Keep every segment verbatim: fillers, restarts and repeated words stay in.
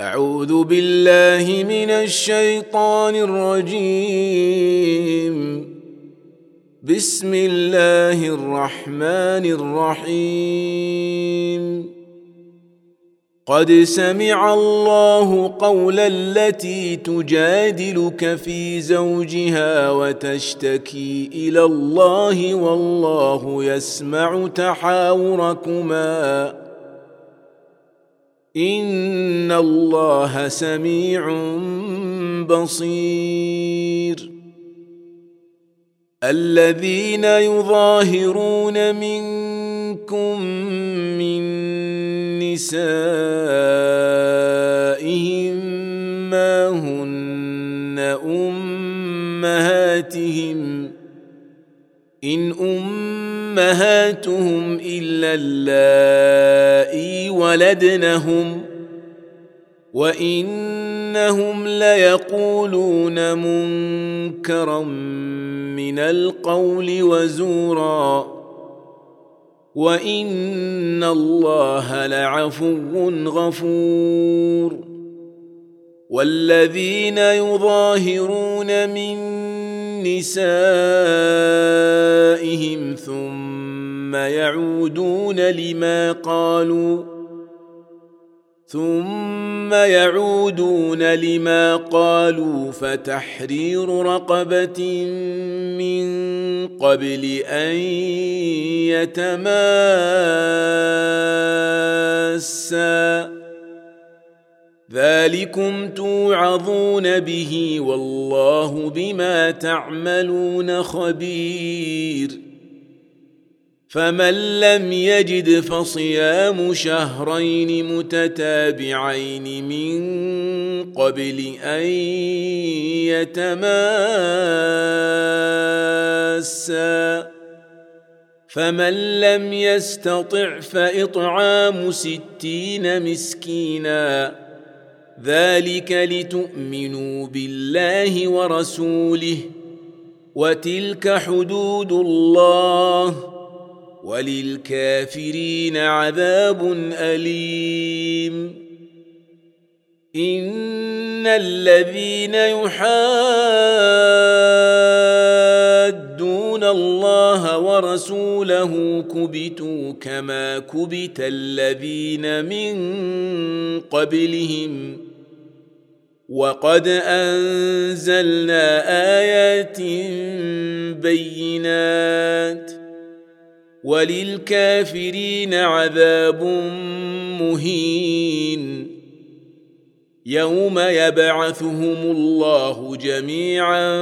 أعوذ بالله من الشيطان الرجيم. بسم الله الرحمن الرحيم. قد سمع الله قول التي تجادلك في زوجها وتشتكي إلى الله والله يسمع تحاوركما إن الله سميع بصير. الذين يظاهرون منكم من نسائهم ما هن أمهاتهم إن أمهاتهم إلا اللائي ولدنهم وإنهم ليقولون منكرا من القول وزورا وإن الله لعفو غفور. والذين يظاهرون من نسائهم ثم يعودون لما قالوا ثم يعودون لما قالوا فتحرير رقبة من قبل أن يتماسا ذلكم توعظون به والله بما تعملون خبير. فمن لم يجد فصيام شهرين متتابعين من قبل أن يتماسا فمن لم يستطع فإطعام ستين مسكينا ذلك لتؤمنوا بالله ورسوله وتلك حدود الله وللكافرين عذاب أليم. إن الذين يحادون الله ورسوله كبتوا كما كبت الذين من قبلهم وقد أنزلنا آيات بينات وللكافرين عذاب مهين. يوم يبعثهم الله جميعا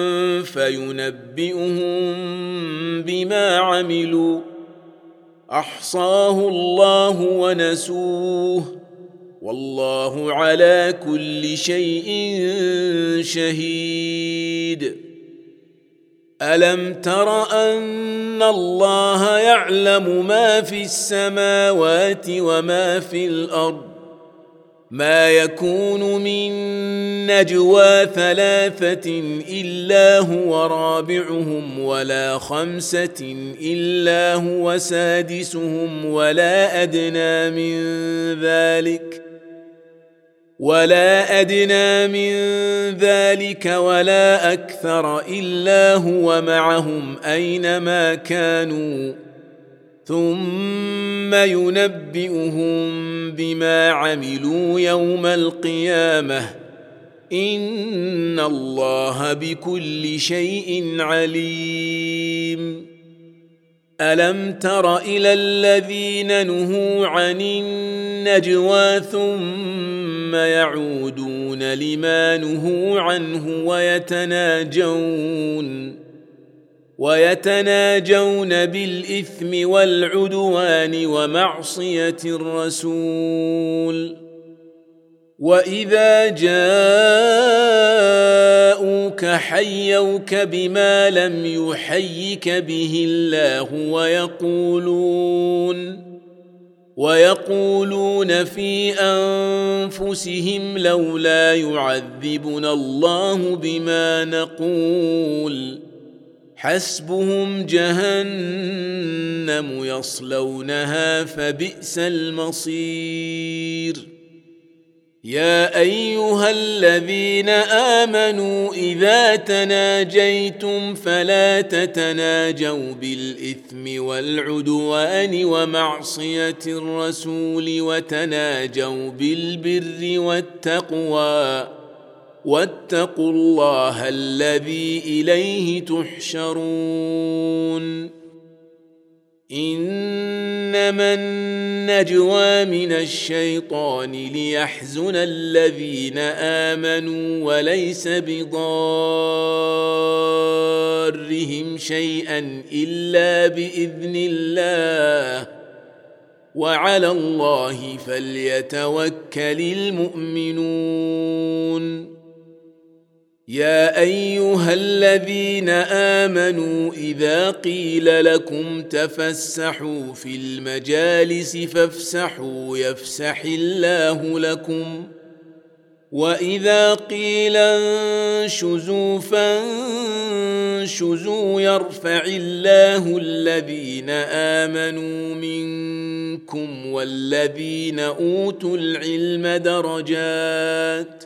فينبئهم بما عملوا أحصاه الله ونسوه والله على كل شيء شهيد. ألم تر أن الله يعلم ما في السماوات وما في الأرض ما يكون من نجوى ثلاثة إلا هو رابعهم ولا خمسة إلا هو سادسهم ولا أدنى من ذلك ولا أدنى من ذلك ولا أكثر إلا هو معهم أينما كانوا ثم ينبئهم بما عملوا يوم القيامة إن الله بكل شيء عليم. ألم تر إلى الذين نهوا عن النجوى ثم يعودون لما نهوا عنه ويتناجون ويتناجون بالإثم والعدوان ومعصية الرسول وإذا جاءوك حيوك بما لم يحيك به الله ويقولون ويقولون في أنفسهم لولا يعذبنا الله بما نقول حسبهم جهنم يصلونها فبئس المصير. يا أيها الذين آمنوا إذا تناجيتم فلا تتناجوا بالإثم والعدوان ومعصية الرسول وتناجوا بالبر والتقوى واتقوا الله الذي إليه تحشرون إنما النجوى من الشيطان ليحزن الذين آمنوا وليس بضارهم شيئا إلا بإذن الله وعلى الله فليتوكل المؤمنون يا أيها الذين آمنوا إذا قيل لكم تفسحوا في المجالس فافسحوا يفسح الله لكم وإذا قيل انشزوا فانشزوا يرفع الله الذين آمنوا منكم والذين أوتوا العلم درجات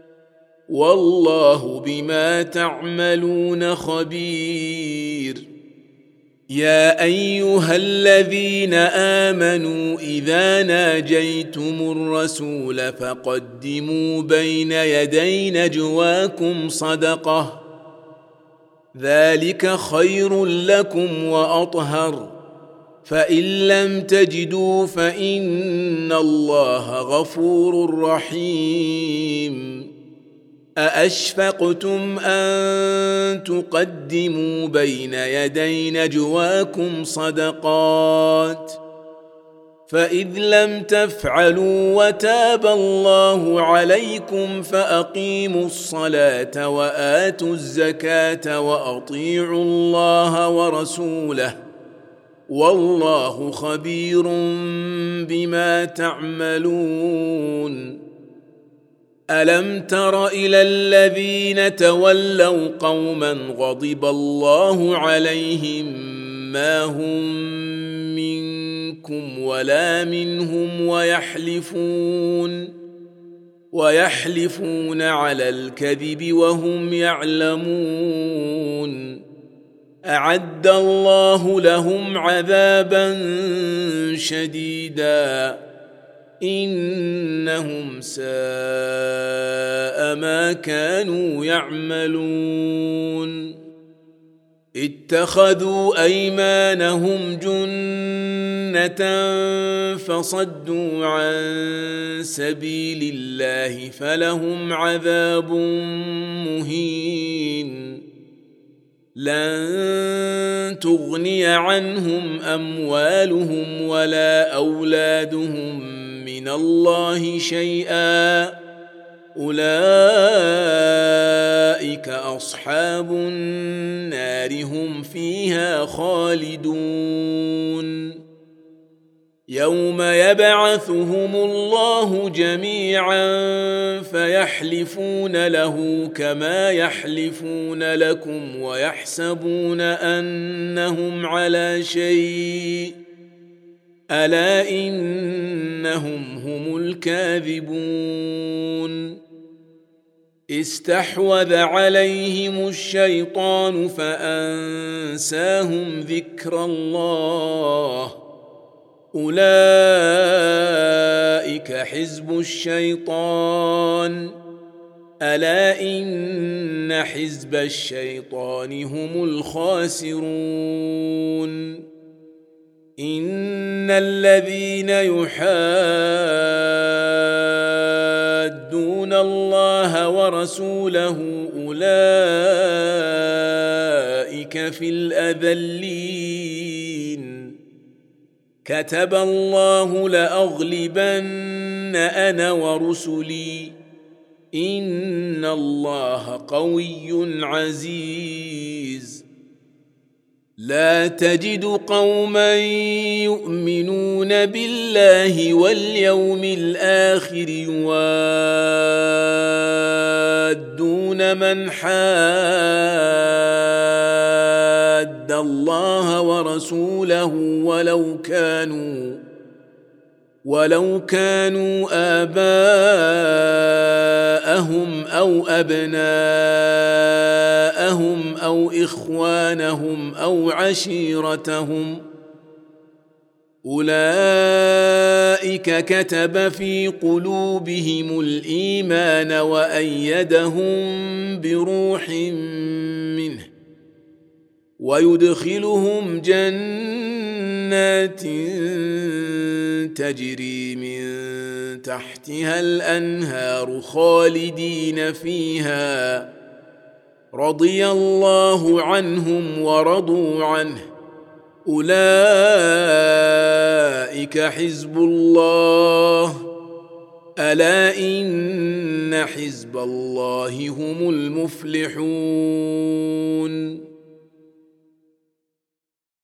والله بما تعملون خبير يا أيها الذين آمنوا إذا ناجيتم الرسول فقدموا بين يدي نجواكم صدقة ذلك خير لكم وأطهر فإن لم تجدوا فإن الله غفور رحيم أأشفقتم أن تقدموا بين يدي نجواكم صدقات فإذ لم تفعلوا وتاب الله عليكم فأقيموا الصلاة وآتوا الزكاة وأطيعوا الله ورسوله والله خبير بما تعملون ألم تر إلى الذين تولوا قوما غضب الله عليهم ما هم منكم ولا منهم ويحلفون ويحلفون على الكذب وهم يعلمون أعد الله لهم عذابا شديدا إنهم ساء ما كانوا يعملون اتخذوا أيمانهم جنة فصدوا عن سبيل الله فلهم عذاب مهين لن تغني عنهم أموالهم ولا أولادهم من الله شيئا أولئك أصحاب النار هم فيها خالدون يوم يبعثهم الله جميعا فيحلفون له كما يحلفون لكم ويحسبون أنهم على شيء ألا إنهم هم الكاذبون استحوذ عليهم الشيطان فأنساهم ذكر الله أولئك حزب الشيطان ألا إن حزب الشيطان هم الخاسرون إن الذين يحادون الله ورسوله أولئك في الأذلين كتب الله لأغلبن أنا ورسلي إن الله قوي عزيز لا تجد قوما يؤمنون بالله واليوم الآخر يوادون من حاد الله ورسوله ولو كانوا ولو كانوا آباءهم أو أبناءهم أو إخوانهم أو عشيرتهم أولئك كتب في قلوبهم الإيمان وأيدهم بروح منه ويدخلهم جنات تجري من تحتها الأنهار خالدين فيها رضي الله عنهم ورضوا عنه أولئك حزب الله ألا إن حزب الله هم المفلحون